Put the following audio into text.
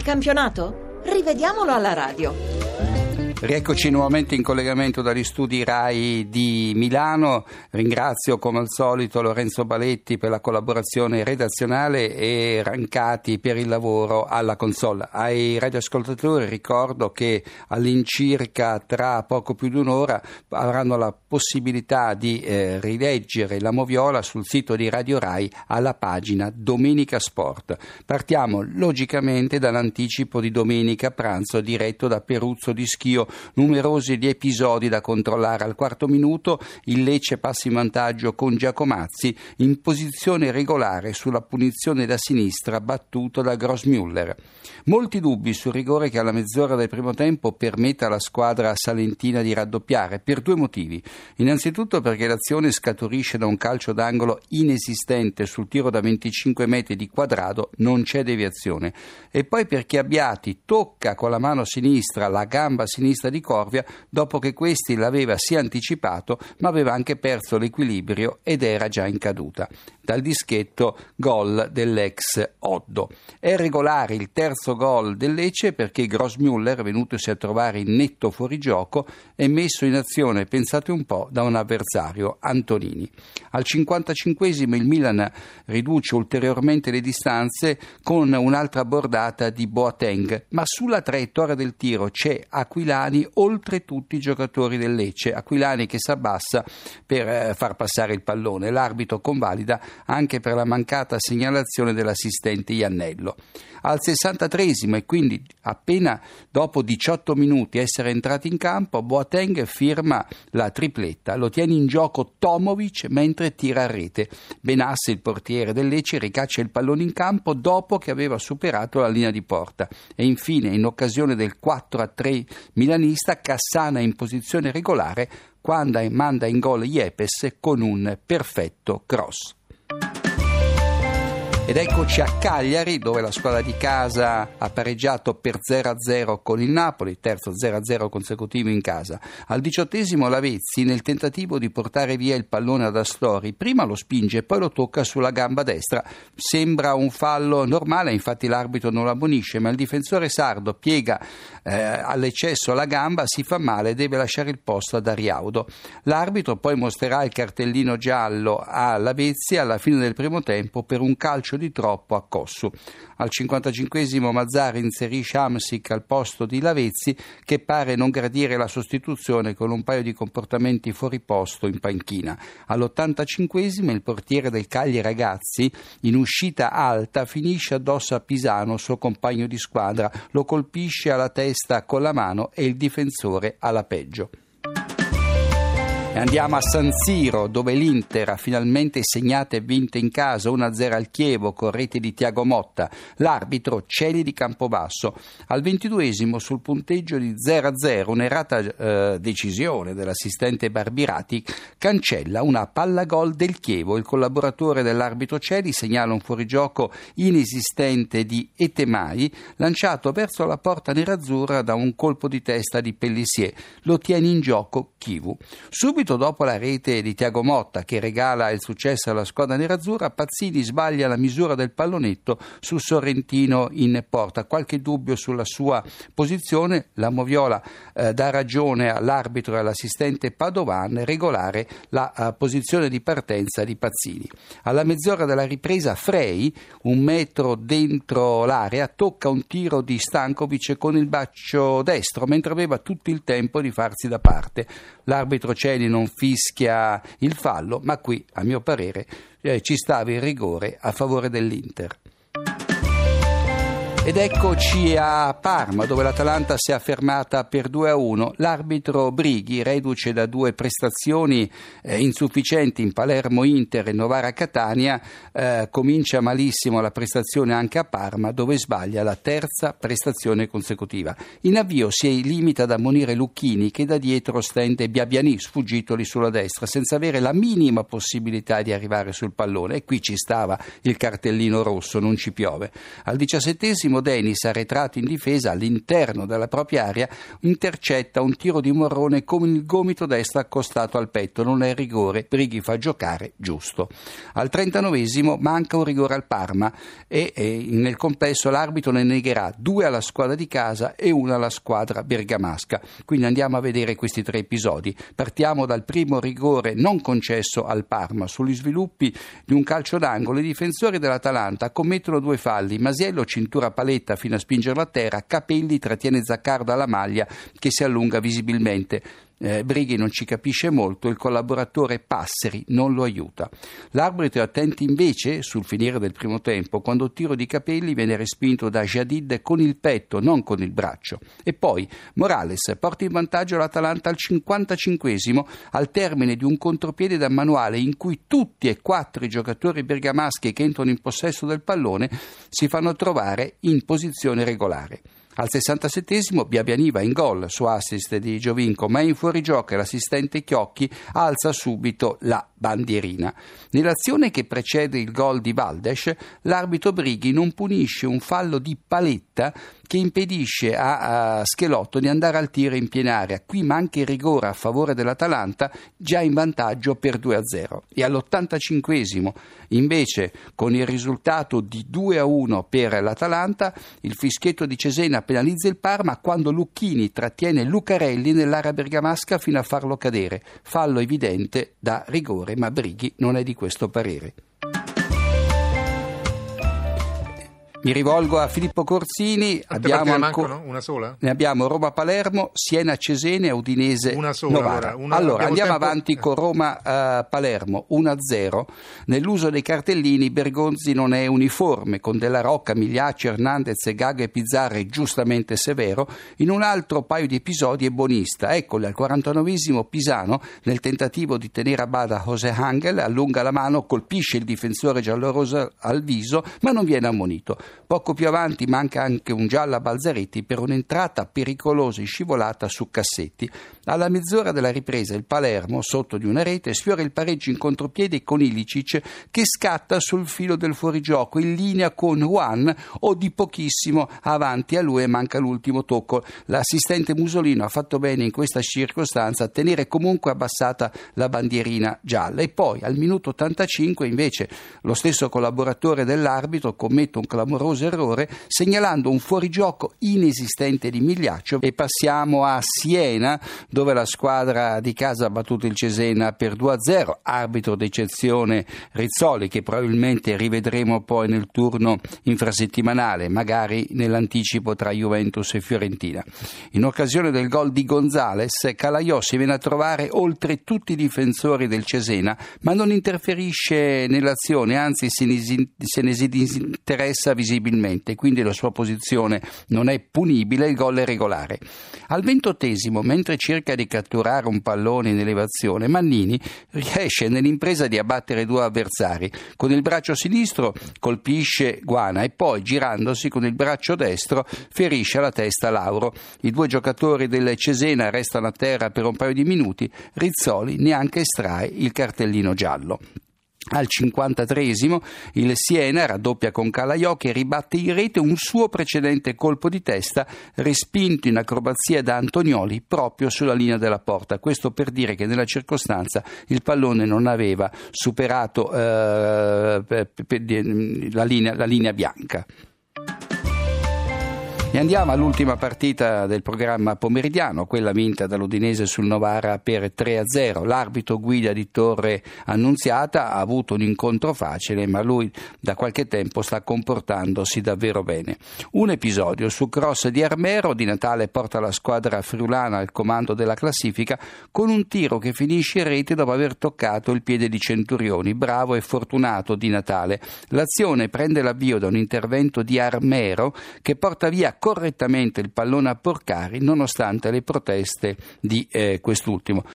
campionato? Rivediamolo alla radio. Rieccoci nuovamente in collegamento dagli studi RAI di Milano. Ringrazio come al solito Lorenzo Baletti per la collaborazione redazionale e Rancati per il lavoro alla console. Ai radioascoltatori ricordo che all'incirca tra poco più di un'ora avranno la possibilità di rileggere la moviola sul sito di Radio RAI alla pagina Domenica Sport. Partiamo logicamente dall'anticipo di domenica pranzo diretto da Peruzzo di Schio. Numerosi gli episodi da controllare. Al quarto minuto il Lecce passa in vantaggio con Giacomazzi in posizione regolare sulla punizione da sinistra battuto da Grossmüller. Molti dubbi sul rigore che alla mezz'ora del primo tempo permette alla squadra salentina di raddoppiare per due motivi. Innanzitutto perché l'azione scaturisce da un calcio d'angolo inesistente sul tiro da 25 metri di Quadrado, non c'è deviazione, e poi perché Abbiati tocca con la mano sinistra la gamba sinistra di Corvia dopo che questi l'aveva sì anticipato ma aveva anche perso l'equilibrio ed era già in caduta. Dal dischetto gol dell'ex Oddo. È regolare il terzo gol del Lecce perché Grossmüller, venutosi a trovare in netto fuorigioco, è messo in azione, pensate un po', da un avversario, Antonini. Al 55esimo il Milan riduce ulteriormente le distanze con un'altra bordata di Boateng, ma sulla traiettoria del tiro c'è Aquilani oltre tutti i giocatori del Lecce. Aquilani che si abbassa per far passare il pallone. L'arbitro convalida anche per la mancata segnalazione dell'assistente Iannello. Al 63esimo e quindi appena dopo 18 minuti essere entrati in campo, Boateng firma la tripletta. Lo tiene in gioco Tomovic mentre tira a rete. Benassi, il portiere del Lecce, ricaccia il pallone in campo dopo che aveva superato la linea di porta. E infine, in occasione del 4-3 milanista, Cassana in posizione regolare quando manda in gol Yepes con un perfetto cross. Ed eccoci a Cagliari, dove la squadra di casa ha pareggiato per 0-0 con il Napoli, terzo 0-0 consecutivo in casa. Al 18esimo Lavezzi, nel tentativo di portare via il pallone ad Astori, prima lo spinge e poi lo tocca sulla gamba destra. Sembra un fallo normale, infatti l'arbitro non lo ammonisce, ma il difensore sardo piega all'eccesso la gamba, si fa male e deve lasciare il posto ad Ariaudo. L'arbitro poi mostrerà il cartellino giallo a Lavezzi alla fine del primo tempo per un calcio di troppo a Cossu. Al 55esimo Mazzari inserisce Hamsik al posto di Lavezzi, che pare non gradire la sostituzione con un paio di comportamenti fuori posto in panchina. All'85esimo il portiere del Cagliari Ragazzi, in uscita alta, finisce addosso a Pisano, suo compagno di squadra, lo colpisce alla testa con la mano e il difensore alla peggio. Andiamo a San Siro, dove l'Inter ha finalmente segnato e vinto in casa 1-0 al Chievo con rete di Tiago Motta. L'arbitro Celi di Campobasso. Al 22esimo sul punteggio di 0-0 un'errata decisione dell'assistente Barbirati cancella una palla gol del Chievo. Il collaboratore dell'arbitro Celi segnala un fuorigioco inesistente di Etemai lanciato verso la porta nerazzurra da un colpo di testa di Pellissier. Lo tiene in gioco Chivu. Subito dopo la rete di Tiago Motta, che regala il successo alla squadra nerazzurra, Pazzini sbaglia la misura del pallonetto sul Sorrentino in porta. Qualche dubbio sulla sua posizione, la moviola dà ragione all'arbitro e all'assistente Padovan, regolare la posizione di partenza di Pazzini. Alla mezz'ora della ripresa Frey, un metro dentro l'area, tocca un tiro di Stankovic con il braccio destro mentre aveva tutto il tempo di farsi da parte. L'arbitro Celi non fischia il fallo, ma qui, a mio parere, ci stava il rigore a favore dell'Inter. Ed eccoci a Parma, dove l'Atalanta si è affermata per 2-1. L'arbitro Brighi, reduce da due prestazioni insufficienti in Palermo-Inter e Novara-Catania, comincia malissimo la prestazione anche a Parma, dove sbaglia la terza prestazione consecutiva. In avvio si limita ad ammonire Lucchini, che da dietro stende Biabiani, sfuggitoli sulla destra, senza avere la minima possibilità di arrivare sul pallone. E qui ci stava il cartellino rosso, non ci piove. Al 17esimo Denis, arretrato in difesa all'interno della propria area, intercetta un tiro di Morrone con il gomito destro accostato al petto. Non è rigore, Brighi fa giocare giusto. Al 39esimo manca un rigore al Parma e nel complesso l'arbitro ne negherà 2 alla squadra di casa e 1 alla squadra bergamasca. Quindi andiamo a vedere questi 3 episodi. Partiamo dal primo rigore non concesso al Parma. Sugli sviluppi di un calcio d'angolo i difensori dell'Atalanta commettono 2 falli. Masiello cintura Paletta fino a spingerlo a terra, Capelli trattiene Zaccardo alla maglia che si allunga visibilmente. Brighi non ci capisce molto, il collaboratore Passeri non lo aiuta. L'arbitro è attento invece sul finire del primo tempo, quando il tiro di Capelli viene respinto da Jadid con il petto, non con il braccio. E poi Morales porta in vantaggio l'Atalanta al 55esimo al termine di un contropiede da manuale in cui tutti e 4 i giocatori bergamaschi che entrano in possesso del pallone si fanno trovare in posizione regolare. Al 67esimo Biabiani va in gol su assist di Giovinco, ma è in fuorigioco e l'assistente Chiocchi alza subito la bandierina. Nell'azione che precede il gol di Valdes, l'arbitro Brighi non punisce un fallo di Paletta che impedisce a Schelotto di andare al tiro in piena area. Qui manca il rigore a favore dell'Atalanta, già in vantaggio per 2-0. E all'85esimo, invece, con il risultato di 2-1 per l'Atalanta, il fischietto di Cesena penalizza il Parma quando Lucchini trattiene Lucarelli nell'area bergamasca fino a farlo cadere. Fallo evidente da rigore, ma Brighi non è di questo parere. Mi rivolgo a Filippo Corsini. Abbiamo mancano? Una sola? Ne abbiamo Roma-Palermo, Siena-Cesena e Udinese. Una sola. Novara. Allora andiamo avanti con Roma-Palermo 1-0. Nell'uso dei cartellini Bergonzi non è uniforme, con Della Rocca, Migliaccio, Hernandez, Gaga e Pizzarri giustamente severo. In un altro paio di episodi è buonista. Eccoli, al 49esimo Pisano, nel tentativo di tenere a bada José Angel, allunga la mano, colpisce il difensore gialloroso al viso, ma non viene ammonito. Poco più avanti manca anche un giallo a Balzaretti per un'entrata pericolosa in scivolata su Cassetti. Alla mezz'ora della ripresa il Palermo, sotto di una rete, sfiora il pareggio in contropiede con Ilicic che scatta sul filo del fuorigioco in linea con Juan o di pochissimo avanti a lui e manca l'ultimo tocco. L'assistente Musolino ha fatto bene in questa circostanza a tenere comunque abbassata la bandierina gialla. E poi al minuto 85 invece lo stesso collaboratore dell'arbitro commette un clamoroso errore segnalando un fuorigioco inesistente di Migliaccio. E passiamo a Siena, dove la squadra di casa ha battuto il Cesena per 2-0, arbitro d'eccezione Rizzoli, che probabilmente rivedremo poi nel turno infrasettimanale, magari nell'anticipo tra Juventus e Fiorentina. In occasione del gol di Gonzales, Calaiò si viene a trovare oltre tutti i difensori del Cesena, ma non interferisce nell'azione, anzi se ne disinteressa visibilmente, quindi la sua posizione non è punibile, il gol è regolare. Al 28esimo, mentre cerca di catturare un pallone in elevazione, Mannini riesce nell'impresa di abbattere 2 avversari. Con il braccio sinistro colpisce Guana e poi, girandosi con il braccio destro, ferisce alla testa Lauro. I 2 giocatori del Cesena restano a terra per un paio di minuti. Rizzoli neanche estrae il cartellino giallo. Al 53esimo il Siena raddoppia con Calaiò che ribatte in rete un suo precedente colpo di testa respinto in acrobazia da Antonioli proprio sulla linea della porta. Questo per dire che nella circostanza il pallone non aveva superato la linea bianca. E andiamo all'ultima partita del programma pomeridiano, quella vinta dall'Udinese sul Novara per 3-0. L'arbitro guida di Torre Annunziata ha avuto un incontro facile, ma lui da qualche tempo sta comportandosi davvero bene. Un episodio su cross di Armero, Di Natale porta la squadra friulana al comando della classifica con un tiro che finisce in rete dopo aver toccato il piede di Centurioni. Bravo e fortunato Di Natale. L'azione prende l'avvio da un intervento di Armero che porta via correttamente il pallone a Porcari nonostante le proteste di quest'ultimo.